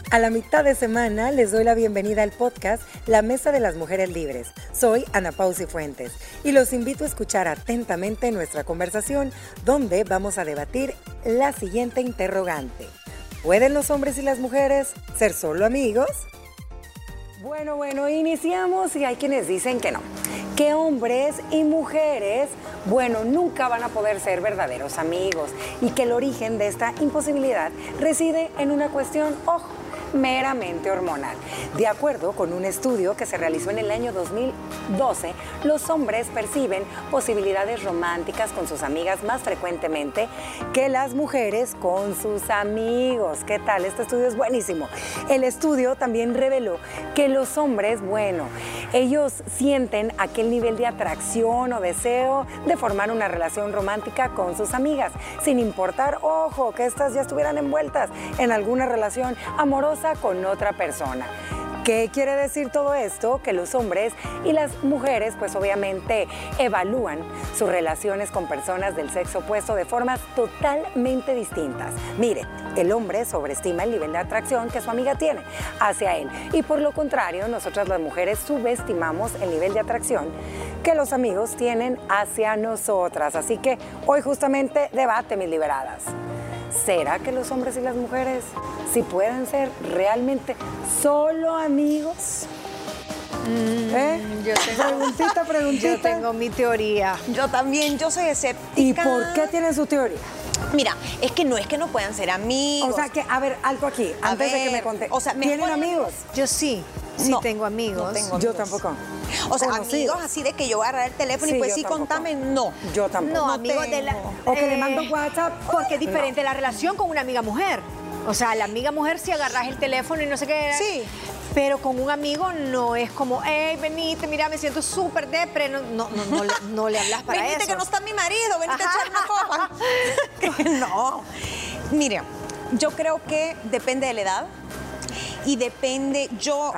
A la mitad de semana les doy la bienvenida al podcast La Mesa de las Mujeres Libres. Soy Ana Pausi Fuentes y los invito a escuchar atentamente nuestra conversación donde vamos a debatir la siguiente interrogante. ¿Pueden los hombres y las mujeres ser solo amigos? Bueno, iniciamos y hay quienes dicen que no. Que hombres y mujeres, nunca van a poder ser verdaderos amigos y que el origen de esta imposibilidad reside en una cuestión, meramente hormonal. De acuerdo con un estudio que se realizó en el año 2012, los hombres perciben posibilidades románticas con sus amigas más frecuentemente que las mujeres con sus amigos. ¿Qué tal? Este estudio es buenísimo. El estudio también reveló que los hombres, ellos sienten aquel nivel de atracción o deseo de formar una relación romántica con sus amigas, sin importar, que estas ya estuvieran envueltas en alguna relación amorosa con otra persona. ¿Qué quiere decir todo esto? Que los hombres y las mujeres, obviamente, evalúan sus relaciones con personas del sexo opuesto de formas totalmente distintas. Mire, el hombre sobreestima el nivel de atracción que su amiga tiene hacia él y por lo contrario, nosotras las mujeres subestimamos el nivel de atracción que los amigos tienen hacia nosotras. Así que hoy justamente debate, mis liberadas. ¿Será que los hombres y las mujeres sí pueden ser realmente solo amigos? Preguntita. Yo tengo mi teoría. Yo también, yo soy escéptica. ¿Y por qué tienen su teoría? Mira, es que no puedan ser amigos. O sea que, a ver, algo aquí, antes de que me conté. O sea, ¿tienen amigos? Yo sí tengo amigos. No tengo amigos. Yo tampoco. O sea, ¿Conocidos? amigos así de que yo voy a agarrar el teléfono y pues sí, tampoco. contame, no. Yo tampoco. No, amigos de la... O que le mando WhatsApp. Porque es diferente la relación con una amiga mujer. O sea, la amiga mujer si agarras el teléfono y no sé qué. Sí. Pero con un amigo no es como, hey, venite, mira, me siento súper depre. No le hablas para venite eso. que no está mi marido, venite a echar una copa. No. Mire, yo creo que depende de la edad. Y depende,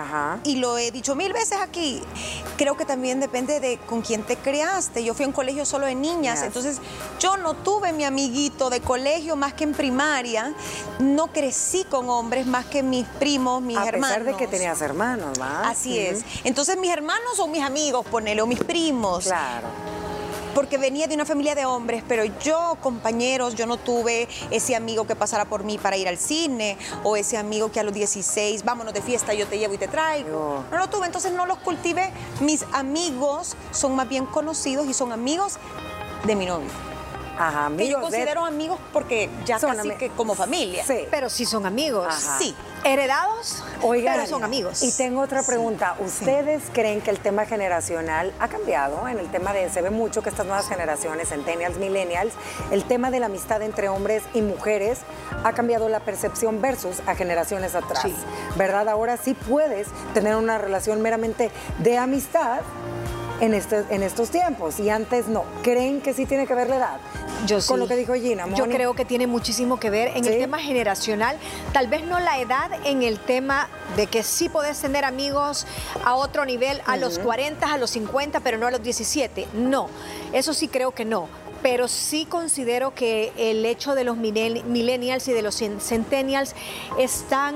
y lo he dicho 1000 veces aquí, creo que también depende de con quién te creaste. Yo fui a un colegio solo de niñas, entonces yo no tuve mi amiguito de colegio más que en primaria, no crecí con hombres más que mis primos, mis hermanos. A pesar de que tenías hermanos, ¿va? Así es. Entonces mis hermanos son mis amigos, ponele, o mis primos. Claro. Porque venía de una familia de hombres, pero yo, compañeros, yo no tuve ese amigo que pasara por mí para ir al cine, o ese amigo que a los 16, vámonos de fiesta, yo te llevo y te traigo. No lo tuve, entonces no los cultivé. Mis amigos son más bien conocidos y son amigos de mi novio. Ajá, amigos. Que yo considero amigos porque ya son casi que como familia. Sí. Pero sí son amigos. Ajá. Sí. Heredados, pero son amigos. Y tengo otra pregunta. ¿Ustedes creen que el tema generacional ha cambiado? En el tema se ve mucho que estas nuevas generaciones, centennials, millennials, el tema de la amistad entre hombres y mujeres ha cambiado la percepción versus a generaciones atrás. Sí. ¿Verdad? Ahora sí puedes tener una relación meramente de amistad en estos tiempos y antes no. ¿Creen que sí tiene que ver la edad? Yo sí. Con lo que dijo Gina, Moni. Yo creo que tiene muchísimo que ver en el tema generacional, tal vez no la edad, en el tema de que sí podés tener amigos a otro nivel, a los 40, a los 50, pero no a los 17. No, eso sí creo que no. Pero sí considero que el hecho de los millennials y de los centennials están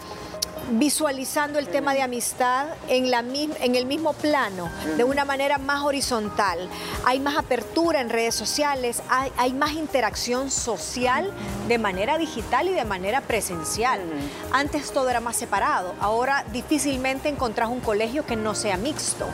visualizando el tema de amistad en el mismo plano, de una manera más horizontal. Hay más apertura en redes sociales, hay más interacción social de manera digital y de manera presencial. Antes todo era más separado, ahora difícilmente encontrás un colegio que no sea mixto.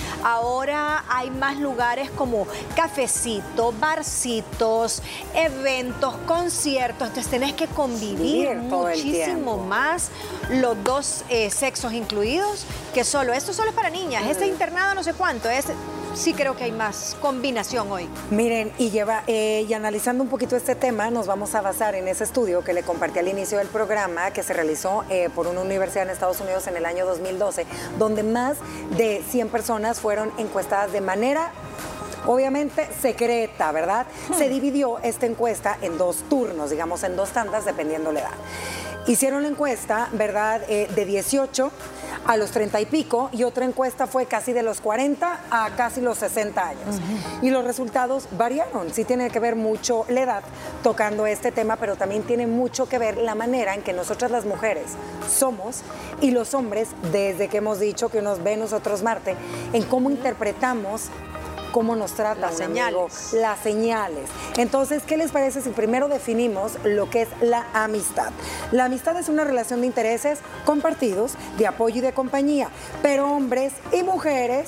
Ahora hay más lugares como cafecitos, barcitos, eventos, conciertos, entonces tenés que convivir muchísimo más los dos sexos incluidos que solo. Esto solo es para niñas, este internado no sé cuánto, sí creo que hay más combinación hoy. Miren, y analizando un poquito este tema, nos vamos a basar en ese estudio que le compartí al inicio del programa, que se realizó por una universidad en Estados Unidos en el año 2012, donde más de 100 personas fueron encuestadas de manera obviamente secreta, ¿verdad? Se dividió esta encuesta en 2 turnos, digamos en 2 tandas, dependiendo la edad. Hicieron la encuesta, ¿verdad?, de 18 a los 30 y pico, y otra encuesta fue casi de los 40 a casi los 60 años. Y los resultados variaron. Sí tiene que ver mucho la edad tocando este tema, pero también tiene mucho que ver la manera en que nosotras las mujeres somos y los hombres, desde que hemos dicho que unos Venus, otros Marte, en cómo interpretamos cómo nos trata las señales. Las señales. Entonces, ¿qué les parece si primero definimos lo que es la amistad? La amistad es una relación de intereses compartidos, de apoyo y de compañía, pero hombres y mujeres,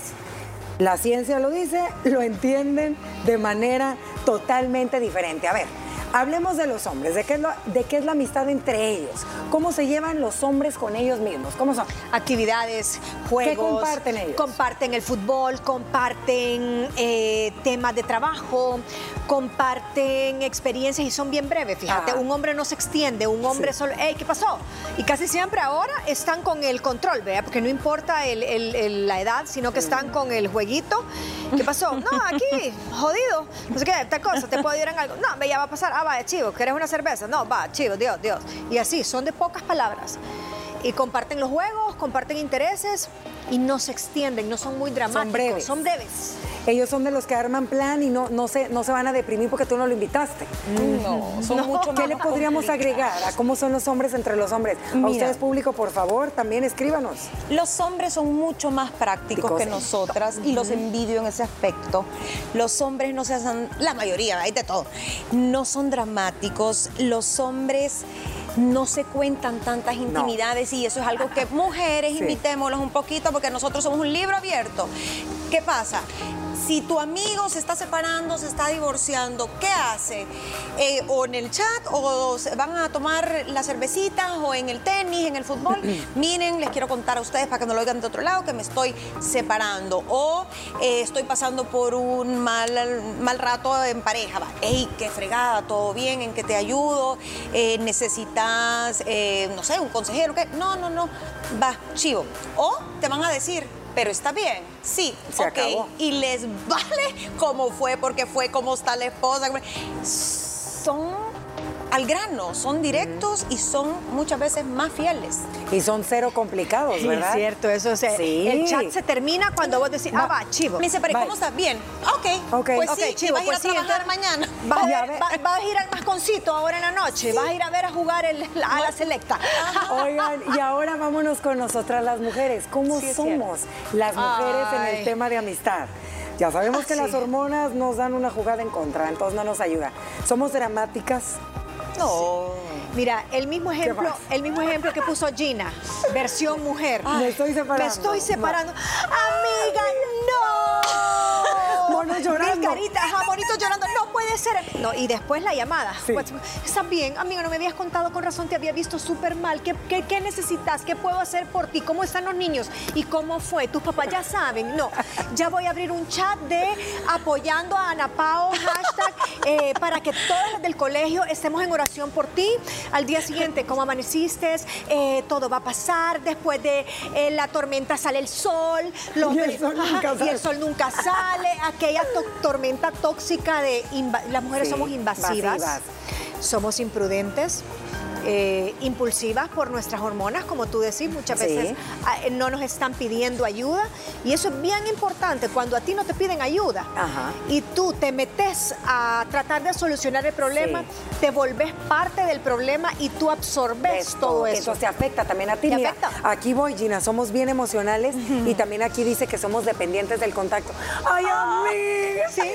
la ciencia lo dice, lo entienden de manera totalmente diferente. A ver, hablemos de los hombres, de qué es la amistad entre ellos, cómo se llevan los hombres con ellos mismos, cómo son. Actividades, juegos. ¿Qué comparten ellos? Comparten el fútbol, comparten temas de trabajo, comparten experiencias y son bien breves, fíjate, un hombre no se extiende, un hombre solo, hey, ¿qué pasó? Y casi siempre ahora están con el control, ¿verdad? Porque no importa la edad, sino que están con el jueguito. ¿Qué pasó? No, aquí, jodido, no sé qué, tal cosa, te puedo ayudar en algo. No, ya va a pasar. Ah, vaya, chivo, ¿querés una cerveza? No, va, chivo, Dios. Y así, son de pocas palabras. Y comparten los juegos, comparten intereses y no se extienden, no son muy dramáticos, son breves. Ellos son de los que arman plan y no se van a deprimir porque tú no lo invitaste. No, son mucho más. ¿Qué le podríamos agregar a cómo son los hombres entre los hombres? A ustedes, público, por favor, también escríbanos. Los hombres son mucho más prácticos que nosotras y los envidio en ese aspecto. Los hombres no se hacen, la mayoría, hay de todo, no son dramáticos. Los hombres no se cuentan tantas intimidades y eso es algo que mujeres invitémoslos un poquito porque nosotros somos un libro abierto. ¿Qué pasa? Si tu amigo se está separando, se está divorciando, ¿qué hace? O en el chat, o van a tomar las cervecitas, o en el tenis, en el fútbol. Miren, les quiero contar a ustedes para que no lo oigan de otro lado, que me estoy separando. O estoy pasando por un mal rato en pareja. Va, ey, qué fregada, todo bien, ¿en qué te ayudo? ¿Necesitas, no sé, un consejero? ¿Qué? No, va, chivo. O te van a decir, pero está bien, sí, se acabó. Y les vale cómo fue, porque fue, cómo está la esposa. Son al grano, son directos y son muchas veces más fieles. Y son cero complicados, ¿verdad? Es cierto, eso el chat se termina cuando vos decís, va, chivo. Me dice, pero ¿cómo estás? Bien. Ok. Pues sí, chivo, vas a ir a trabajar mañana. Vas a ir al masconcito ahora en la noche, vas a ir a ver a jugar a la selecta. Oigan, y ahora vámonos con nosotras las mujeres. ¿Cómo somos las mujeres en el tema de amistad? Ya sabemos que las hormonas nos dan una jugada en contra, entonces no nos ayuda. ¿Somos dramáticas? No. Mira, el mismo ejemplo que puso Gina, versión mujer. Me estoy separando. Me estoy separando. Amiga, no. Monos llorando. Caritas, monitos llorando. No puede ser. No, y después la llamada. Sí. ¿Estás bien? Amiga, no me habías contado, con razón te había visto súper mal. ¿Qué necesitas? ¿Qué puedo hacer por ti? ¿Cómo están los niños? ¿Y cómo fue? ¿Tus papás ya saben? No. Ya voy a abrir un chat de apoyando a Ana Pao, hashtag, para que todas las del colegio estemos en oración por ti. Al día siguiente, ¿cómo amaneciste? Todo va a pasar. Después de la tormenta sale el sol. Y el sol nunca sale. Aquella tormenta tóxica de... Las mujeres somos invasivas. Somos imprudentes. Impulsivas por nuestras hormonas, como tú decís, muchas veces no nos están pidiendo ayuda y eso es bien importante. Cuando a ti no te piden ayuda y tú te metes a tratar de solucionar el problema, te volvés parte del problema y tú absorbes todo eso. Eso te afecta también a ti. Mira, aquí voy, Gina, somos bien emocionales y también aquí dice que somos dependientes del contacto. ¡Ay, amiga! Sí.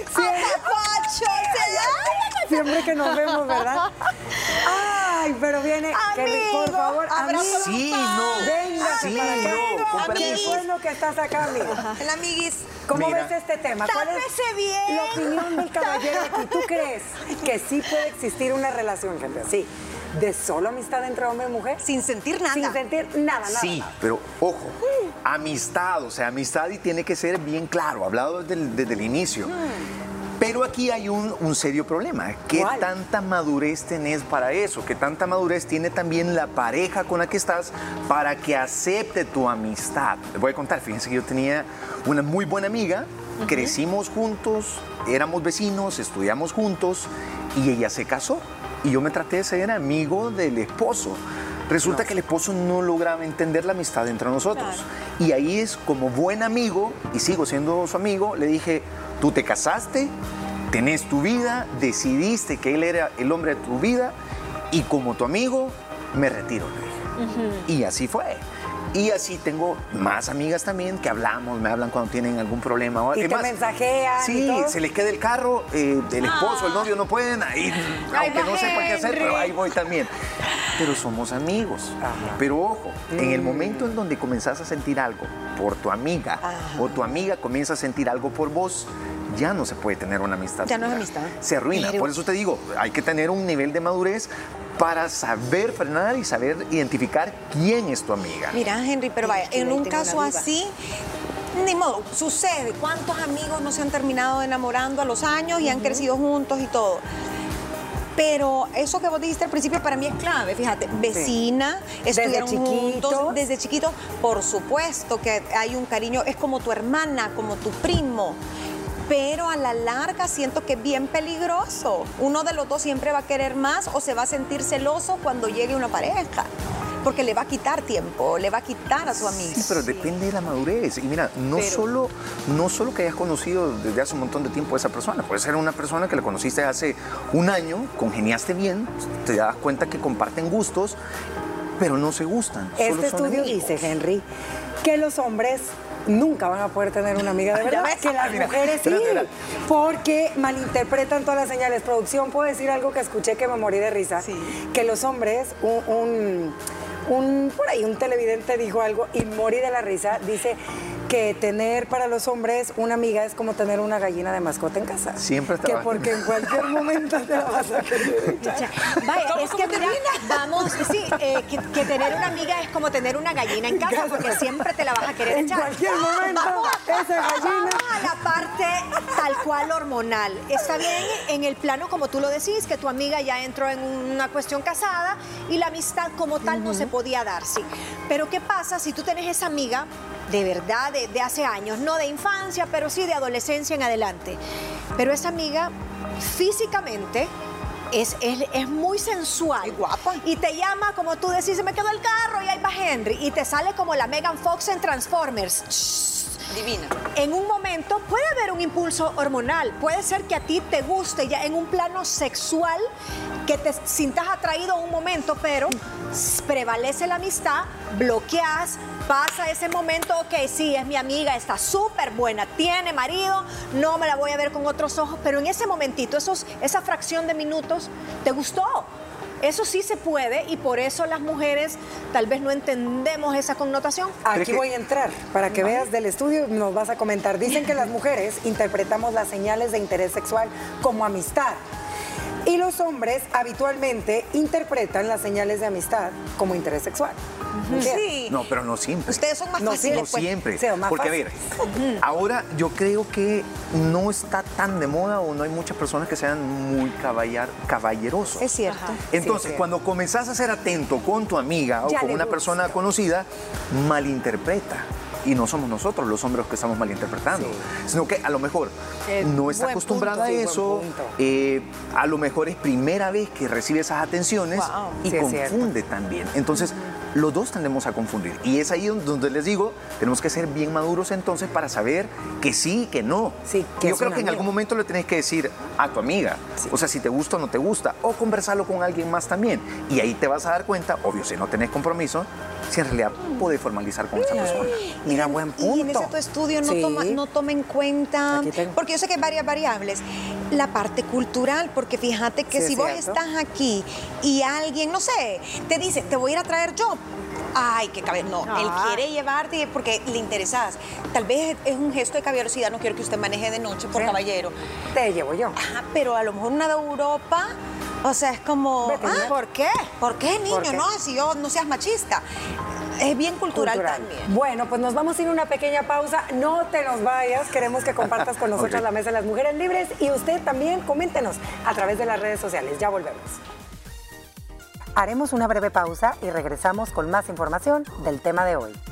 Siempre que nos vemos, ¿verdad? ¡Ay, pero viene! Por favor, amigo. Sí, no. Venga, sí, no. Qué bueno que estás acá, amiga. El amiguis. ¿Cómo ves este tema? ¿Cuál es bien. la opinión del caballero aquí? ¿Tú crees que sí puede existir una relación, gente, así, de solo amistad entre hombre y mujer? Sin sentir nada. Sin sentir nada. Sí, pero ojo, amistad, o sea, amistad y tiene que ser bien claro, hablado desde el inicio. Pero aquí hay un serio problema. ¿Qué tanta madurez tenés para eso? ¿Qué tanta madurez tiene también la pareja con la que estás para que acepte tu amistad? Les voy a contar, fíjense que yo tenía una muy buena amiga, crecimos juntos, éramos vecinos, estudiamos juntos y ella se casó. Y yo me traté de ser amigo del esposo. Resulta que el esposo no lograba entender la amistad entre nosotros. Y ahí es como buen amigo, y sigo siendo su amigo, le dije, tú te casaste, tenés tu vida, decidiste que él era el hombre de tu vida, y como tu amigo, me retiro, le dije. Y así fue. Y así tengo más amigas también que hablamos, me hablan cuando tienen algún problema. Y te mensajean. Sí, y todo. se les queda el carro, el esposo, el novio no pueden, ahí, aunque no sepa qué hacer, pero ahí voy también. Pero somos amigos. Ajá. Pero ojo, en el momento en donde comenzás a sentir algo por tu amiga, o tu amiga comienza a sentir algo por vos, ya no se puede tener una amistad. Ya no es amistad. Se arruina. Por eso te digo, hay que tener un nivel de madurez para saber frenar y saber identificar quién es tu amiga. Mira, Henry, pero vaya, en un caso así, ni modo, sucede. ¿Cuántos amigos no se han terminado enamorando a los años y han crecido juntos y todo? Pero eso que vos dijiste al principio para mí es clave, fíjate, vecina, estudiaron juntos desde chiquitos, por supuesto que hay un cariño, es como tu hermana, como tu primo. Pero a la larga siento que es bien peligroso. Uno de los dos siempre va a querer más o se va a sentir celoso cuando llegue una pareja. Porque le va a quitar tiempo, le va a quitar a su amigo. Sí, pero depende de la madurez. Y mira, no solo que hayas conocido desde hace un montón de tiempo a esa persona. Puede ser una persona que la conociste hace un año, congeniaste bien, te das cuenta que comparten gustos, pero no se gustan. Este estudio dice, Henry, que los hombres nunca van a poder tener una amiga de verdad, que las mujeres sí, porque malinterpretan todas las señales. Producción, puedo decir algo que escuché que me morí de risa, que los hombres, por ahí un televidente dijo algo y morí de la risa, dice que tener para los hombres una amiga es como tener una gallina de mascota en casa. Siempre está. Que porque en cualquier momento te la vas a querer echar. Vaya, es que mira, vamos, sí, que tener una amiga es como tener una gallina en casa, porque siempre te la vas a querer echar. En cualquier momento, esa gallina. Vamos a la parte tal cual hormonal. Está bien en el plano, como tú lo decís, que tu amiga ya entró en una cuestión casada y la amistad como tal no se podía dar, sí. Pero ¿qué pasa si tú tenés esa amiga de verdad, de hace años, no de infancia, pero sí de adolescencia en adelante? Pero esa amiga físicamente es muy sensual. Muy guapa. Y te llama, como tú decís, se me quedó el carro y ahí va Henry. Y te sale como la Megan Fox en Transformers. Shh. Divina. En un momento puede haber un impulso hormonal. Puede ser que a ti te guste ya en un plano sexual, que te sintas atraído un momento, pero prevalece la amistad, bloqueas, pasa ese momento, ok, sí, es mi amiga, está súper buena, tiene marido, no me la voy a ver con otros ojos, pero en ese momentito, esa fracción de minutos, ¿te gustó? Eso sí se puede y por eso las mujeres tal vez no entendemos esa connotación. Aquí voy a entrar para que veas del estudio, nos vas a comentar. Dicen que las mujeres interpretamos las señales de interés sexual como amistad. Y los hombres habitualmente interpretan las señales de amistad como interés sexual. Sí. No, pero no siempre. Ustedes son más No fáciles. siempre. Sí, más porque, fácil. a ver, ahora yo creo que no está tan de moda o no hay muchas personas que sean muy caballerosos. Es cierto. Entonces, Sí, cuando comenzás a ser atento con tu amiga o Ya con le una gusta. persona conocida, malinterpreta. Y no somos nosotros los hombres que estamos malinterpretando, sino que a lo mejor no está Buen acostumbrada punto, a eso, a lo mejor es primera vez que recibe esas atenciones y Sí, es confunde también. Entonces, los dos tendemos a confundir. Y es ahí donde les digo, tenemos que ser bien maduros entonces para saber que sí, que no. Sí, que yo es creo una que en amiga. algún momento le tenés que decir a tu amiga, o sea, si te gusta o no te gusta, o conversarlo con alguien más también. Y ahí te vas a dar cuenta, obvio, si no tenés compromiso, si en realidad podés formalizar con esa persona. Mira, buen punto. Y en ese tu estudio Sí. no toma en cuenta, Aquí tengo. porque yo sé que hay varias variables, la parte cultural, porque fíjate que Sí, si es vos cierto. estás aquí y alguien, no sé, te dice, te voy a ir a traer yo. Ay, qué caballeroso. No, él quiere llevarte porque le interesas. Tal vez es un gesto de caballerosidad, no quiero que usted maneje de noche por caballero. Te llevo yo. Ajá, pero a lo mejor una de Europa, o sea, es como... Vete, ah, ¿Por qué? ¿Por qué, niño? ¿Por qué? No, si yo no seas machista. Es bien cultural también. Bueno, pues nos vamos a ir a una pequeña pausa. No te nos vayas. Queremos que compartas con nosotros Ok. la Mesa de las Mujeres Libres y usted también coméntenos a través de las redes sociales. Ya volvemos. Haremos una breve pausa y regresamos con más información del tema de hoy.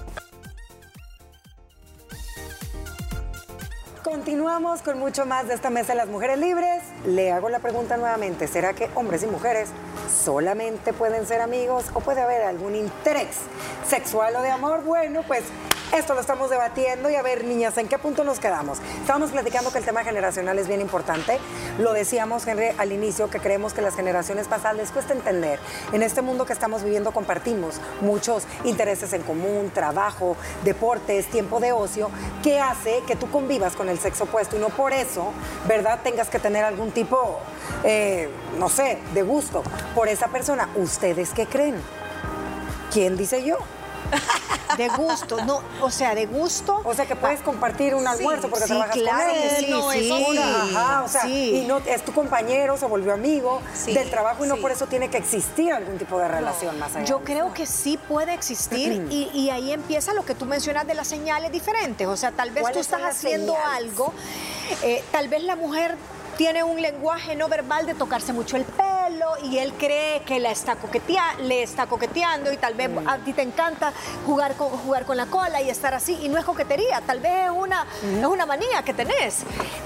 Continuamos con mucho más de esta Mesa de las Mujeres Libres. Le hago la pregunta nuevamente. ¿Será que hombres y mujeres ¿solamente pueden ser amigos o puede haber algún interés sexual o de amor? Bueno, pues esto lo estamos debatiendo y a ver, niñas, ¿en qué punto nos quedamos? Estábamos platicando que el tema generacional es bien importante. Lo decíamos, Henry, al inicio, que creemos que las generaciones pasadas les cuesta entender. En este mundo que estamos viviendo compartimos muchos intereses en común, trabajo, deportes, tiempo de ocio, que hace que tú convivas con el sexo opuesto y no por eso, ¿verdad?, tengas que tener algún tipo, no sé, de gusto por esa persona. ¿Ustedes qué creen? ¿Quién dice yo? De gusto, no, o sea, de gusto. O sea, que puedes compartir un almuerzo porque trabajas claro, con él. sí, No, sí, eso sí. Ajá, o sea, sí. y no es tu compañero, se volvió amigo del trabajo y no sí. por eso tiene que existir algún tipo de relación más allá. Yo creo que sí puede existir y ahí empieza lo que tú mencionas de las señales diferentes. O sea, tal vez tú ¿Cuáles son estás las haciendo señales? algo, tal vez la mujer tiene un lenguaje no verbal de tocarse mucho el pelo y él cree que le está coqueteando y tal vez a ti te encanta jugar con la cola y estar así y no es coquetería, tal vez es una manía que tenés.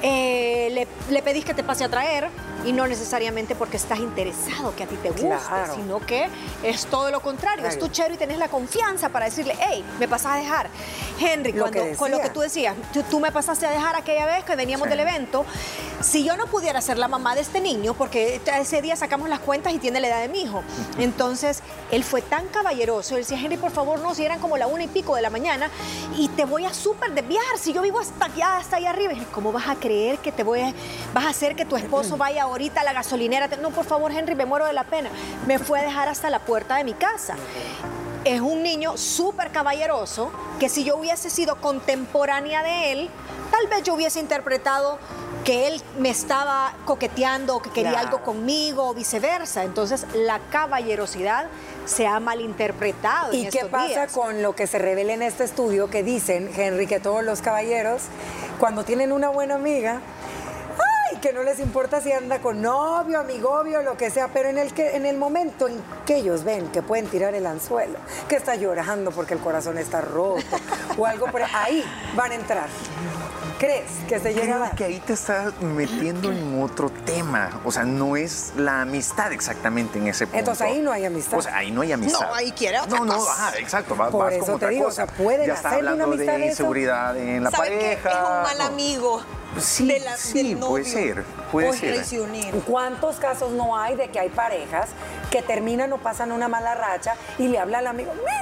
Le pedís que te pase a traer y no necesariamente porque estás interesado que a ti te guste, Claro. sino que es todo lo contrario, Claro. es tu chero y tenés la confianza para decirle, hey, me pasas a dejar. Henry, Lo que con lo decía. que tú decías, tú me pasaste a dejar aquella vez que veníamos del evento, si yo no pudiera ser la mamá de este niño, porque ese día sacamos las cuentas y tiene la edad de mi hijo, entonces él fue tan caballeroso, él decía, Henry, por favor, no, si eran como la 1:00 y pico de la mañana y te voy a súper desviar, si yo vivo hasta allá arriba. Y dije, ¿cómo vas a creer que vas a hacer que tu esposo vaya ahorita a la gasolinera? No, por favor, Henry, me muero de la pena. Me fue a dejar hasta la puerta de mi casa. Es un niño súper caballeroso que si yo hubiese sido contemporánea de él, tal vez yo hubiese interpretado que él me estaba coqueteando o que quería Claro. algo conmigo o viceversa. Entonces, la caballerosidad se ha malinterpretado en ¿Y qué estos pasa días. con lo que se revela en este estudio que dicen, Henry, que todos los caballeros, cuando tienen una buena amiga, ay, que no les importa si anda con novio, amigovio, lo que sea, pero en el momento en que ellos ven que pueden tirar el anzuelo, que está llorando porque el corazón está roto o algo, por ahí van a entrar. ¿Crees que se llega a Creo dar? que ahí te estás metiendo en otro tema. O sea, no es la amistad exactamente en ese punto. Entonces ahí no hay amistad. O sea, ahí no hay amistad. No, ahí quiere otra No, cosa. ajá, exacto. Por Vas eso con te otra digo, cosa. o sea, pueden ya estás hacer una hablando amistad de de eso. inseguridad en la ¿Sabes pareja. qué? Es un mal No. amigo Sí, del sí, novio. puede ser, puede o es ser. traicionero. ¿Cuántos casos no hay de que hay parejas que terminan o pasan una mala racha y le habla al amigo, mira,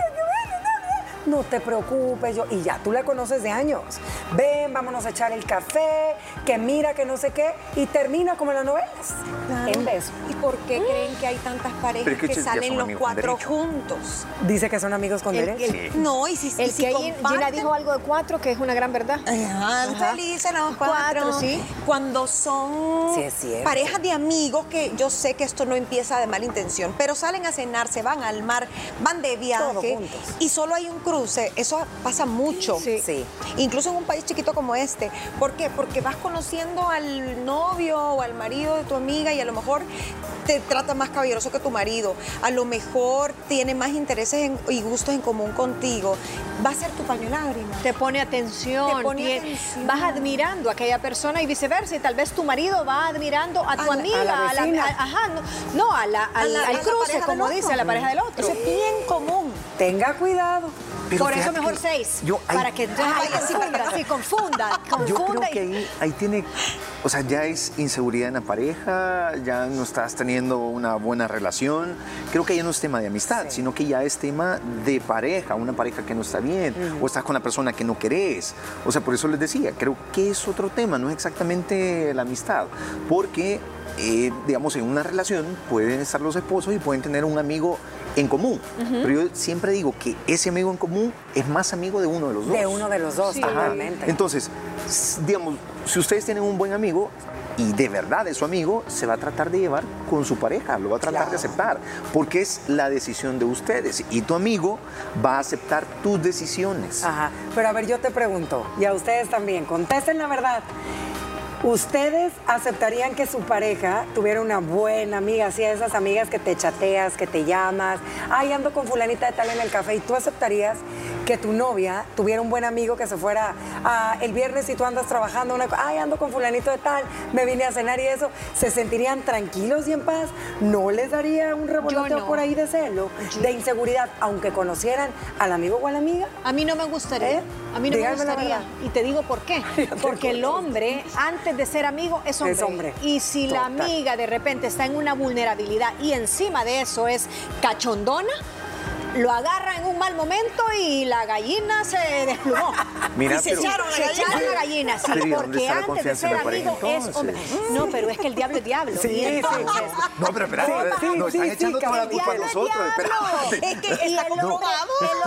no te preocupes, y ya tú la conoces de años. Ven, vámonos a echar el café, que mira, que no sé qué, y termina como en las novelas, en beso. ¿Y por qué creen que hay tantas parejas Pero es que que ya salen son los amigos con 4 derecho. juntos? Dice que son amigos con derecho. Sí. No, y si El si que Gina comparten- dijo algo de 4, que es una gran verdad. Ajá, felices los 4. Sí. Cuando son Sí, es cierto. parejas de amigos, que yo sé que esto no empieza de mala intención, pero salen a cenar, se van al mar, van de viaje Todos juntos. y solo hay un cruce. Eso pasa mucho. Sí. Incluso en un país chiquito como este. ¿Por qué? Porque vas conociendo al novio o al marido de tu amiga y a lo mejor te trata más caballeroso que tu marido. A lo mejor tiene más intereses y gustos en común contigo. Va a ser tu paño de lágrimas. Te pone atención, Te pone atención. vas admirando a aquella persona y viceversa, y tal vez tu marido va admirando a tu A la- amiga, a la vecina. al cruce, pareja como del dice, otro. a la pareja del otro. Eso es bien común. Tenga cuidado. Pero Por eso fíjate mejor que 6, yo ahí- para que confunda Yo creo que y ahí tiene, o sea, ya es inseguridad en la pareja, ya no estás teniendo una buena relación. Creo que ya no es tema de amistad, sino que ya es tema de pareja, una pareja que no está bien, o estás con la persona que no querés. O sea, por eso les decía, creo que es otro tema, no es exactamente la amistad, porque digamos, en una relación pueden estar los esposos y pueden tener un amigo en común. Pero yo siempre digo que ese amigo en común es más amigo de uno de los dos. De uno de los dos, Sí. Ajá. totalmente. Entonces, digamos, si ustedes tienen un buen amigo y de verdad es su amigo, se va a tratar de llevar con su pareja, lo va a tratar de aceptar, porque es la decisión de ustedes y tu amigo va a aceptar tus decisiones. Ajá. Pero a ver, yo te pregunto, y a ustedes también, contesten la verdad. ¿Ustedes aceptarían que su pareja tuviera una buena amiga, así de esas amigas que te chateas, que te llamas, ay, ando con fulanita de tal en el café, y tú aceptarías que tu novia tuviera un buen amigo que se fuera el viernes y tú andas trabajando, ay, ando con fulanito de tal, me vine a cenar y eso, ¿se sentirían tranquilos y en paz? ¿No les daría un revoloteo por ahí de celo, de inseguridad, aunque conocieran al amigo o a la amiga? A mí no me gustaría. A mí no me gustaría. Y te digo por qué. Porque el hombre, antes de ser amigo, es hombre. Es hombre. Y si la amiga de repente está en una vulnerabilidad y encima de eso es cachondona, lo agarra en un mal momento y la gallina se desplumó. Mira, y se echaron la gallina, sí, porque antes de ser amigo es hombre. No, pero es que el diablo es diablo. Sí, entonces, no, pero espera, nos están echando toda la culpa a nosotros. Es que está comprobado.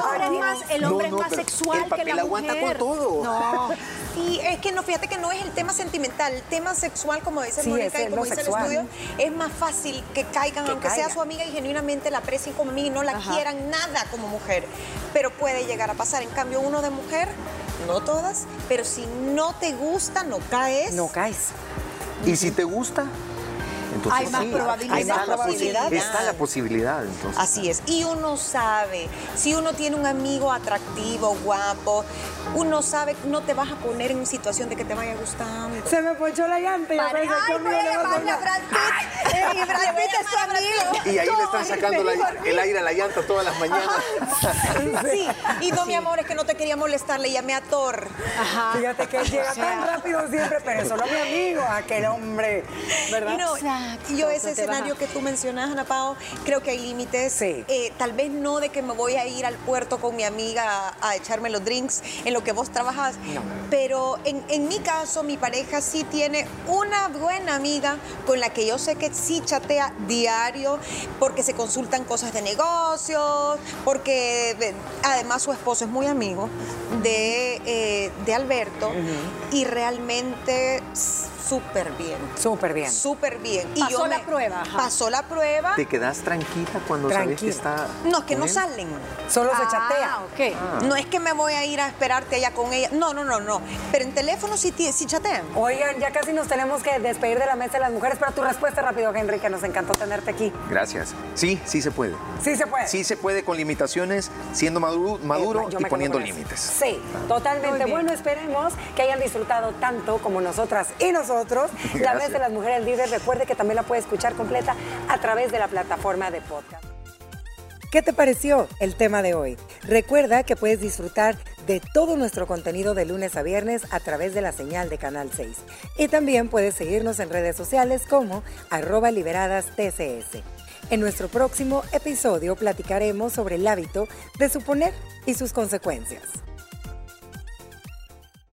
El hombre es más sexual que la mujer. Aguanta con todo. No. Y es que no, fíjate que no es el tema sentimental, el tema sexual, como dice Mónica y como dice el estudio, es más fácil que caigan, aunque sea su amiga y genuinamente la aprecien como amiga y no la quieran nada como mujer. Pero puede llegar a pasar. En cambio, uno de mujer, no todas, pero si no te gusta, no caes. No caes. ¿Y si te gusta? Entonces, hay más probabilidad. Está la posibilidad, entonces. Así es. Y uno sabe, si uno tiene un amigo atractivo, guapo, uno sabe, no te vas a poner en una situación de que te vaya gustando. Se me ponchó la llanta y voy a llamarle a Brad Pitt. Y Brad Pitt es tu amigo. Y ahí le están sacando el aire a la llanta todas las mañanas. Sí. Y no, mi amor, es que no te quería molestar, le llamé a Thor. Fíjate que él llega tan rápido siempre, pero solo mi amigo, aquel hombre, ¿verdad? Y yo ese escenario que tú mencionas, Ana Pao, creo que hay límites. Sí. Tal vez no de que me voy a ir al puerto con mi amiga a echarme los drinks en lo que vos trabajas, pero en mi caso, mi pareja sí tiene una buena amiga con la que yo sé que sí chatea diario, porque se consultan cosas de negocios, porque además su esposo es muy amigo de Alberto y realmente súper bien. Súper bien. Súper bien. Y pasó la prueba. Pasó la prueba. ¿Te quedas tranquila cuando sabes que está? No, es que no él? salen. Solo se chatea. Okay. No es que me voy a ir a esperarte allá con ella. No. Pero en teléfono sí chatean. Oigan, ya casi nos tenemos que despedir de la mesa de las mujeres, pero tu respuesta rápido, Henry, que nos encantó tenerte aquí. Gracias. Sí se puede. Sí se puede. Sí se puede con limitaciones, siendo maduro y poniendo límites. Sí, totalmente. Bueno, esperemos que hayan disfrutado tanto como nosotras y nosotros. La Mesa de las Mujeres Líderes. Recuerde que también la puede escuchar completa a través de la plataforma de podcast. ¿Qué te pareció el tema de hoy? Recuerda que puedes disfrutar de todo nuestro contenido de lunes a viernes a través de la señal de Canal 6. Y también puedes seguirnos en redes sociales como @liberadasTCS. En nuestro próximo episodio platicaremos sobre el hábito de suponer y sus consecuencias.